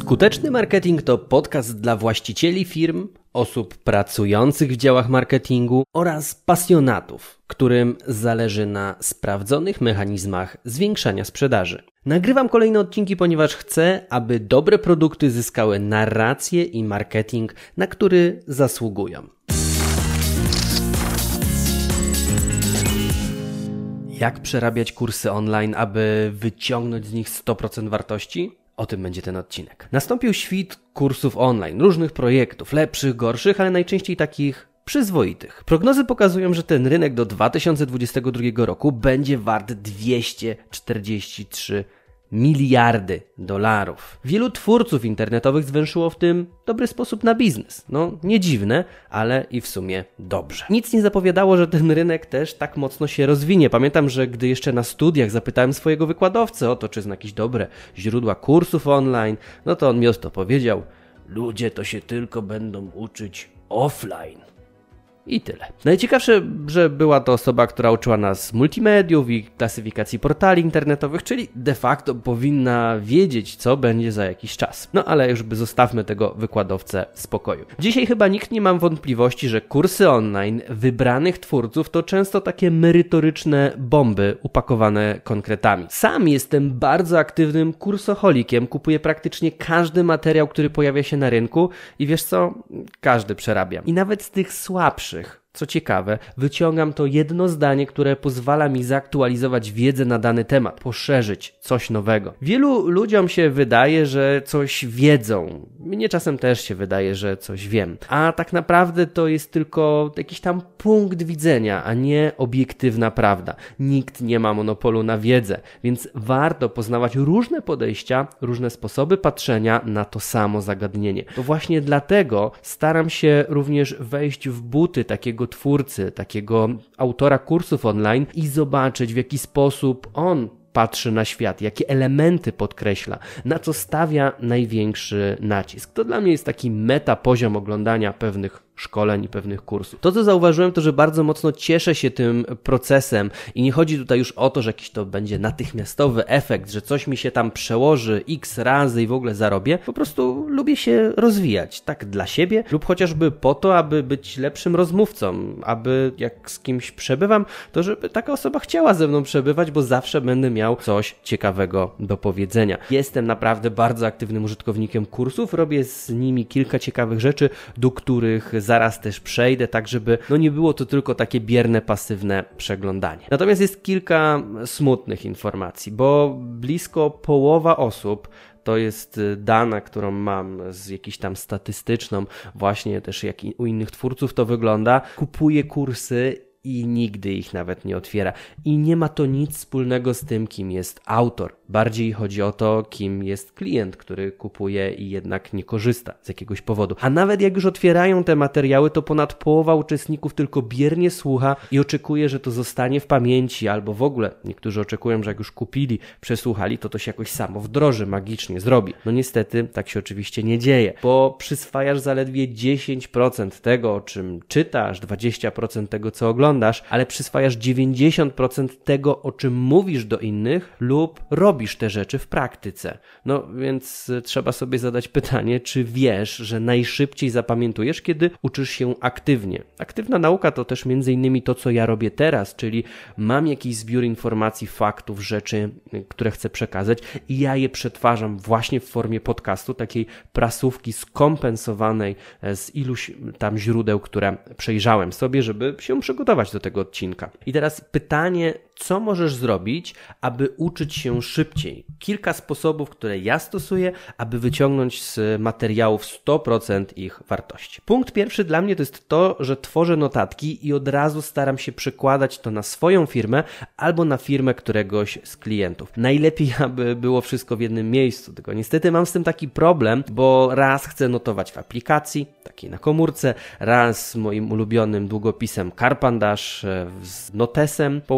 Skuteczny marketing to podcast dla właścicieli firm, osób pracujących w działach marketingu oraz pasjonatów, którym zależy na sprawdzonych mechanizmach zwiększania sprzedaży. Nagrywam kolejne odcinki, ponieważ chcę, aby dobre produkty zyskały narrację i marketing, na który zasługują. Jak przerabiać kursy online, aby wyciągnąć z nich 100% wartości? O tym będzie ten odcinek. Nastąpił świt kursów online, różnych projektów, lepszych, gorszych, ale najczęściej takich przyzwoitych. Prognozy pokazują, że ten rynek do 2022 roku będzie wart 243 miliardy dolarów. Wielu twórców internetowych zwęszyło w tym dobry sposób na biznes. No, nie dziwne, ale i w sumie dobrze. Nic nie zapowiadało, że ten rynek też tak mocno się rozwinie. Pamiętam, że gdy jeszcze na studiach zapytałem swojego wykładowcę o to, czy zna jakieś dobre źródła kursów online, no to on mi to powiedział: ludzie to się tylko będą uczyć offline. I tyle. Najciekawsze, że była to osoba, która uczyła nas multimediów i klasyfikacji portali internetowych, czyli de facto powinna wiedzieć, co będzie za jakiś czas. No ale już zostawmy tego wykładowcę w spokoju. Dzisiaj chyba nikt nie ma wątpliwości, że kursy online wybranych twórców to często takie merytoryczne bomby upakowane konkretami. Sam jestem bardzo aktywnym kursoholikiem, kupuję praktycznie każdy materiał, który pojawia się na rynku i wiesz co? Każdy przerabiam. I nawet z tych słabszych, co ciekawe, wyciągam to jedno zdanie, które pozwala mi zaktualizować wiedzę na dany temat, poszerzyć coś nowego. Wielu ludziom się wydaje, że coś wiedzą. Mnie czasem też się wydaje, że coś wiem. A tak naprawdę to jest tylko jakiś tam punkt widzenia, a nie obiektywna prawda. Nikt nie ma monopolu na wiedzę, więc warto poznawać różne podejścia, różne sposoby patrzenia na to samo zagadnienie. To właśnie dlatego staram się również wejść w buty takiego twórcy, takiego autora kursów online i zobaczyć, w jaki sposób on patrzy na świat, jakie elementy podkreśla, na co stawia największy nacisk. To dla mnie jest taki meta poziom oglądania pewnych szkoleń i pewnych kursów. To, co zauważyłem, to, że bardzo mocno cieszę się tym procesem i nie chodzi tutaj już o to, że jakiś to będzie natychmiastowy efekt, że coś mi się tam przełoży x razy i w ogóle zarobię. Po prostu lubię się rozwijać, tak dla siebie lub chociażby po to, aby być lepszym rozmówcą, aby jak z kimś przebywam, to żeby taka osoba chciała ze mną przebywać, bo zawsze będę miał coś ciekawego do powiedzenia. Jestem naprawdę bardzo aktywnym użytkownikiem kursów, robię z nimi kilka ciekawych rzeczy, do których zaraz też przejdę, tak żeby nie było to tylko takie bierne, pasywne przeglądanie. Natomiast jest kilka smutnych informacji, bo blisko połowa osób, to jest dana, którą mam z jakiejś tam statystyczną, właśnie też jak u innych twórców to wygląda, kupuje kursy i nigdy ich nawet nie otwiera. I nie ma to nic wspólnego z tym, kim jest autor. Bardziej chodzi o to, kim jest klient, który kupuje i jednak nie korzysta z jakiegoś powodu. A nawet jak już otwierają te materiały, to ponad połowa uczestników tylko biernie słucha i oczekuje, że to zostanie w pamięci, albo w ogóle niektórzy oczekują, że jak już kupili, przesłuchali, to się jakoś samo wdroży, magicznie zrobi. No niestety tak się oczywiście nie dzieje, bo przyswajasz zaledwie 10% tego, o czym czytasz, 20% tego, co oglądasz, ale przyswajasz 90% tego, o czym mówisz do innych lub robisz te rzeczy w praktyce. No więc trzeba sobie zadać pytanie, czy wiesz, że najszybciej zapamiętujesz, kiedy uczysz się aktywnie. Aktywna nauka to też między innymi to, co ja robię teraz, czyli mam jakiś zbiór informacji, faktów, rzeczy, które chcę przekazać i ja je przetwarzam właśnie w formie podcastu, takiej prasówki skompensowanej z iluś tam źródeł, które przejrzałem sobie, żeby się przygotować do tego odcinka. I teraz pytanie, co możesz zrobić, aby uczyć się szybciej? Kilka sposobów, które ja stosuję, aby wyciągnąć z materiałów 100% ich wartości. Punkt pierwszy dla mnie to jest to, że tworzę notatki i od razu staram się przekładać to na swoją firmę albo na firmę któregoś z klientów. Najlepiej, aby było wszystko w jednym miejscu, tylko niestety mam z tym taki problem, bo raz chcę notować w aplikacji, takiej na komórce, raz moim ulubionym długopisem Karpandash z notesem połączonym,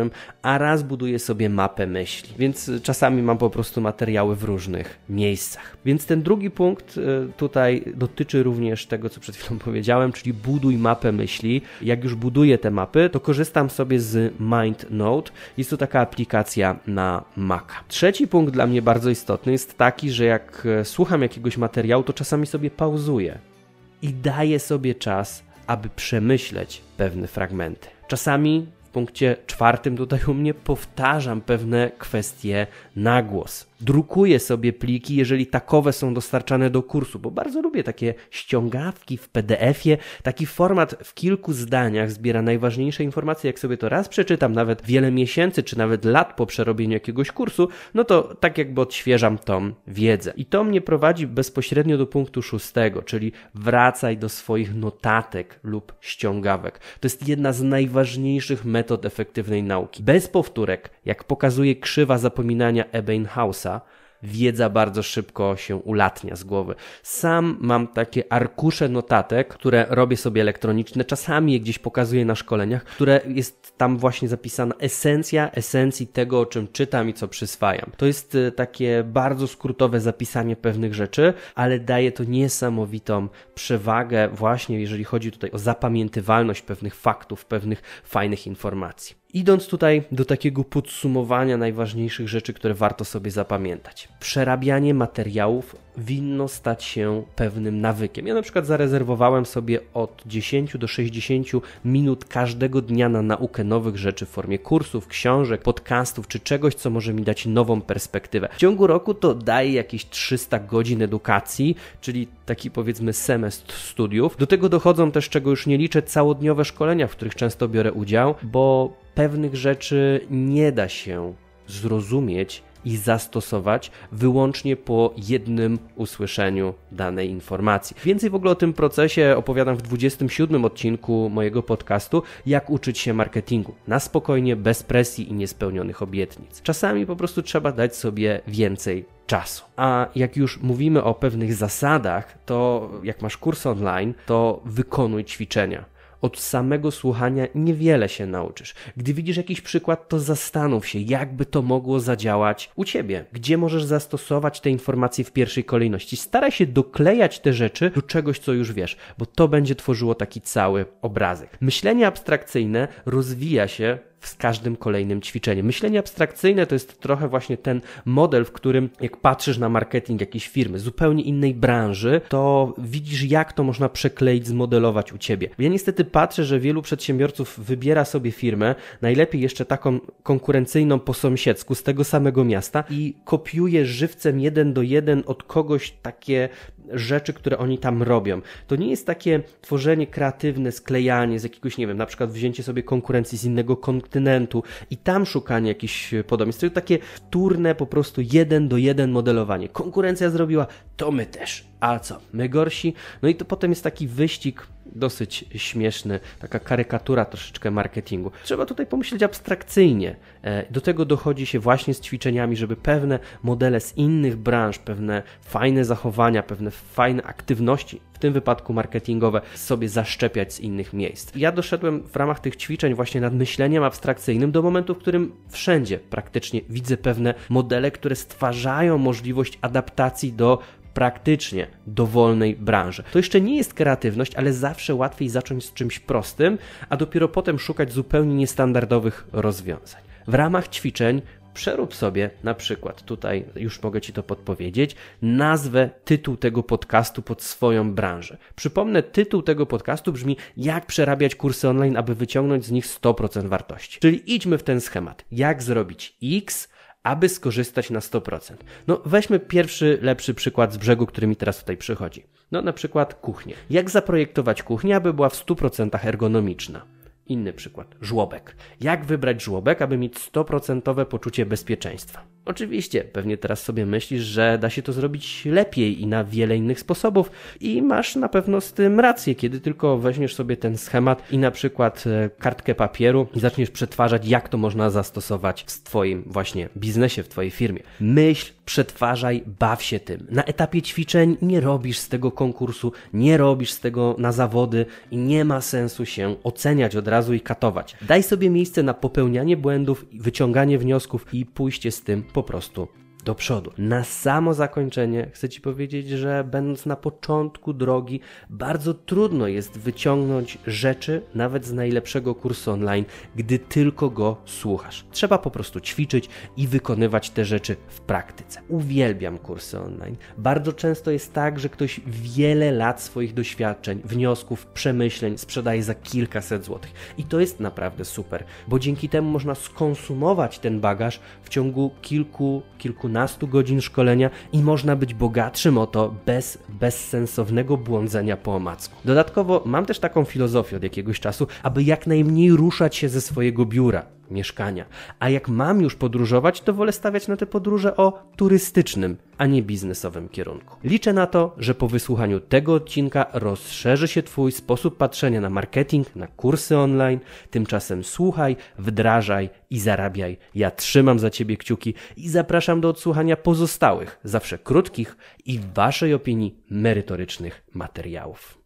wieczorem, a raz buduję sobie mapę myśli. Więc czasami mam po prostu materiały w różnych miejscach. Więc ten drugi punkt tutaj dotyczy również tego, co przed chwilą powiedziałem, czyli buduj mapę myśli. Jak już buduję te mapy, to korzystam sobie z MindNote. Jest to taka aplikacja na Maca. Trzeci punkt dla mnie bardzo istotny jest taki, że jak słucham jakiegoś materiału, to czasami sobie pauzuję i daję sobie czas, aby przemyśleć pewne fragmenty. Czasami w punkcie 4 tutaj u mnie powtarzam pewne kwestie na głos. Drukuję sobie pliki, jeżeli takowe są dostarczane do kursu, bo bardzo lubię takie ściągawki w PDF-ie. Taki format w kilku zdaniach zbiera najważniejsze informacje. Jak sobie to raz przeczytam, nawet wiele miesięcy, czy nawet lat po przerobieniu jakiegoś kursu, no to tak jakby odświeżam tą wiedzę. I to mnie prowadzi bezpośrednio do punktu 6, czyli wracaj do swoich notatek lub ściągawek. To jest jedna z najważniejszych metod efektywnej nauki. Bez powtórek, jak pokazuje krzywa zapominania Ebbinghausa, wiedza bardzo szybko się ulatnia z głowy. Sam mam takie arkusze notatek, które robię sobie elektroniczne, czasami je gdzieś pokazuję na szkoleniach, które jest tam właśnie zapisana esencja esencji tego, o czym czytam i co przyswajam. To jest takie bardzo skrótowe zapisanie pewnych rzeczy, ale daje to niesamowitą przewagę właśnie, jeżeli chodzi tutaj o zapamiętywalność pewnych faktów, pewnych fajnych informacji. Idąc tutaj do takiego podsumowania najważniejszych rzeczy, które warto sobie zapamiętać. Przerabianie materiałów winno stać się pewnym nawykiem. Ja na przykład zarezerwowałem sobie od 10 do 60 minut każdego dnia na naukę nowych rzeczy w formie kursów, książek, podcastów czy czegoś, co może mi dać nową perspektywę. W ciągu roku to daje jakieś 300 godzin edukacji, czyli taki powiedzmy semestr studiów. Do tego dochodzą też, czego już nie liczę, całodniowe szkolenia, w których często biorę udział, bo pewnych rzeczy nie da się zrozumieć i zastosować wyłącznie po jednym usłyszeniu danej informacji. Więcej w ogóle o tym procesie opowiadam w 27 odcinku mojego podcastu Jak uczyć się marketingu. Na spokojnie, bez presji i niespełnionych obietnic. Czasami po prostu trzeba dać sobie więcej czasu. A jak już mówimy o pewnych zasadach, to jak masz kurs online, to wykonuj ćwiczenia. Od samego słuchania niewiele się nauczysz. Gdy widzisz jakiś przykład, to zastanów się, jakby to mogło zadziałać u Ciebie. Gdzie możesz zastosować te informacje w pierwszej kolejności. Staraj się doklejać te rzeczy do czegoś, co już wiesz, bo to będzie tworzyło taki cały obrazek. Myślenie abstrakcyjne rozwija się z każdym kolejnym ćwiczeniem. Myślenie abstrakcyjne to jest trochę właśnie ten model, w którym jak patrzysz na marketing jakiejś firmy, zupełnie innej branży, to widzisz, jak to można przekleić, zmodelować u Ciebie. Ja niestety patrzę, że wielu przedsiębiorców wybiera sobie firmę, najlepiej jeszcze taką konkurencyjną po sąsiedzku, z tego samego miasta i kopiuje żywcem 1 do 1 od kogoś takie rzeczy, które oni tam robią. To nie jest takie tworzenie kreatywne, sklejanie z jakiegoś, nie wiem, na przykład wzięcie sobie konkurencji z innego kontynentu i tam szukanie jakichś podobieństw. To jest takie wtórne, po prostu 1 do 1 modelowanie. Konkurencja zrobiła, to my też. A co? My gorsi? No i to potem jest taki wyścig dosyć śmieszny, taka karykatura troszeczkę marketingu. Trzeba tutaj pomyśleć abstrakcyjnie. Do tego dochodzi się właśnie z ćwiczeniami, żeby pewne modele z innych branż, pewne fajne zachowania, pewne fajne aktywności, w tym wypadku marketingowe, sobie zaszczepiać z innych miejsc. Ja doszedłem w ramach tych ćwiczeń właśnie nad myśleniem abstrakcyjnym do momentu, w którym wszędzie praktycznie widzę pewne modele, które stwarzają możliwość adaptacji do praktycznie dowolnej branży. To jeszcze nie jest kreatywność, ale zawsze łatwiej zacząć z czymś prostym, a dopiero potem szukać zupełnie niestandardowych rozwiązań. W ramach ćwiczeń przerób sobie na przykład, tutaj już mogę Ci to podpowiedzieć, nazwę, tytuł tego podcastu pod swoją branżę. Przypomnę, tytuł tego podcastu brzmi Jak przerabiać kursy online, aby wyciągnąć z nich 100% wartości. Czyli idźmy w ten schemat. Jak zrobić X, aby skorzystać na 100%. No weźmy pierwszy, lepszy przykład z brzegu, który mi teraz tutaj przychodzi. No na przykład kuchnię. Jak zaprojektować kuchnię, aby była w 100% ergonomiczna? Inny przykład. Żłobek. Jak wybrać żłobek, aby mieć 100% poczucie bezpieczeństwa? Oczywiście, pewnie teraz sobie myślisz, że da się to zrobić lepiej i na wiele innych sposobów i masz na pewno z tym rację, kiedy tylko weźmiesz sobie ten schemat i na przykład kartkę papieru i zaczniesz przetwarzać, jak to można zastosować w twoim właśnie biznesie, w twojej firmie. Myśl, przetwarzaj, baw się tym. Na etapie ćwiczeń nie robisz z tego konkursu, nie robisz z tego na zawody i nie ma sensu się oceniać od razu i katować. Daj sobie miejsce na popełnianie błędów, wyciąganie wniosków i pójście z tym po prostu do przodu. Na samo zakończenie chcę Ci powiedzieć, że będąc na początku drogi, bardzo trudno jest wyciągnąć rzeczy nawet z najlepszego kursu online, gdy tylko go słuchasz. Trzeba po prostu ćwiczyć i wykonywać te rzeczy w praktyce. Uwielbiam kursy online. Bardzo często jest tak, że ktoś wiele lat swoich doświadczeń, wniosków, przemyśleń sprzedaje za kilkaset złotych. I to jest naprawdę super, bo dzięki temu można skonsumować ten bagaż w ciągu kilkunastu godzin szkolenia i można być bogatszym o to bez bezsensownego błądzenia po omacku. Dodatkowo mam też taką filozofię od jakiegoś czasu, aby jak najmniej ruszać się ze swojego biura, mieszkania. A jak mam już podróżować, to wolę stawiać na te podróże o turystycznym, a nie biznesowym kierunku. Liczę na to, że po wysłuchaniu tego odcinka rozszerzy się Twój sposób patrzenia na marketing, na kursy online. Tymczasem słuchaj, wdrażaj i zarabiaj. Ja trzymam za Ciebie kciuki i zapraszam do odsłuchania pozostałych, zawsze krótkich i w Waszej opinii merytorycznych materiałów.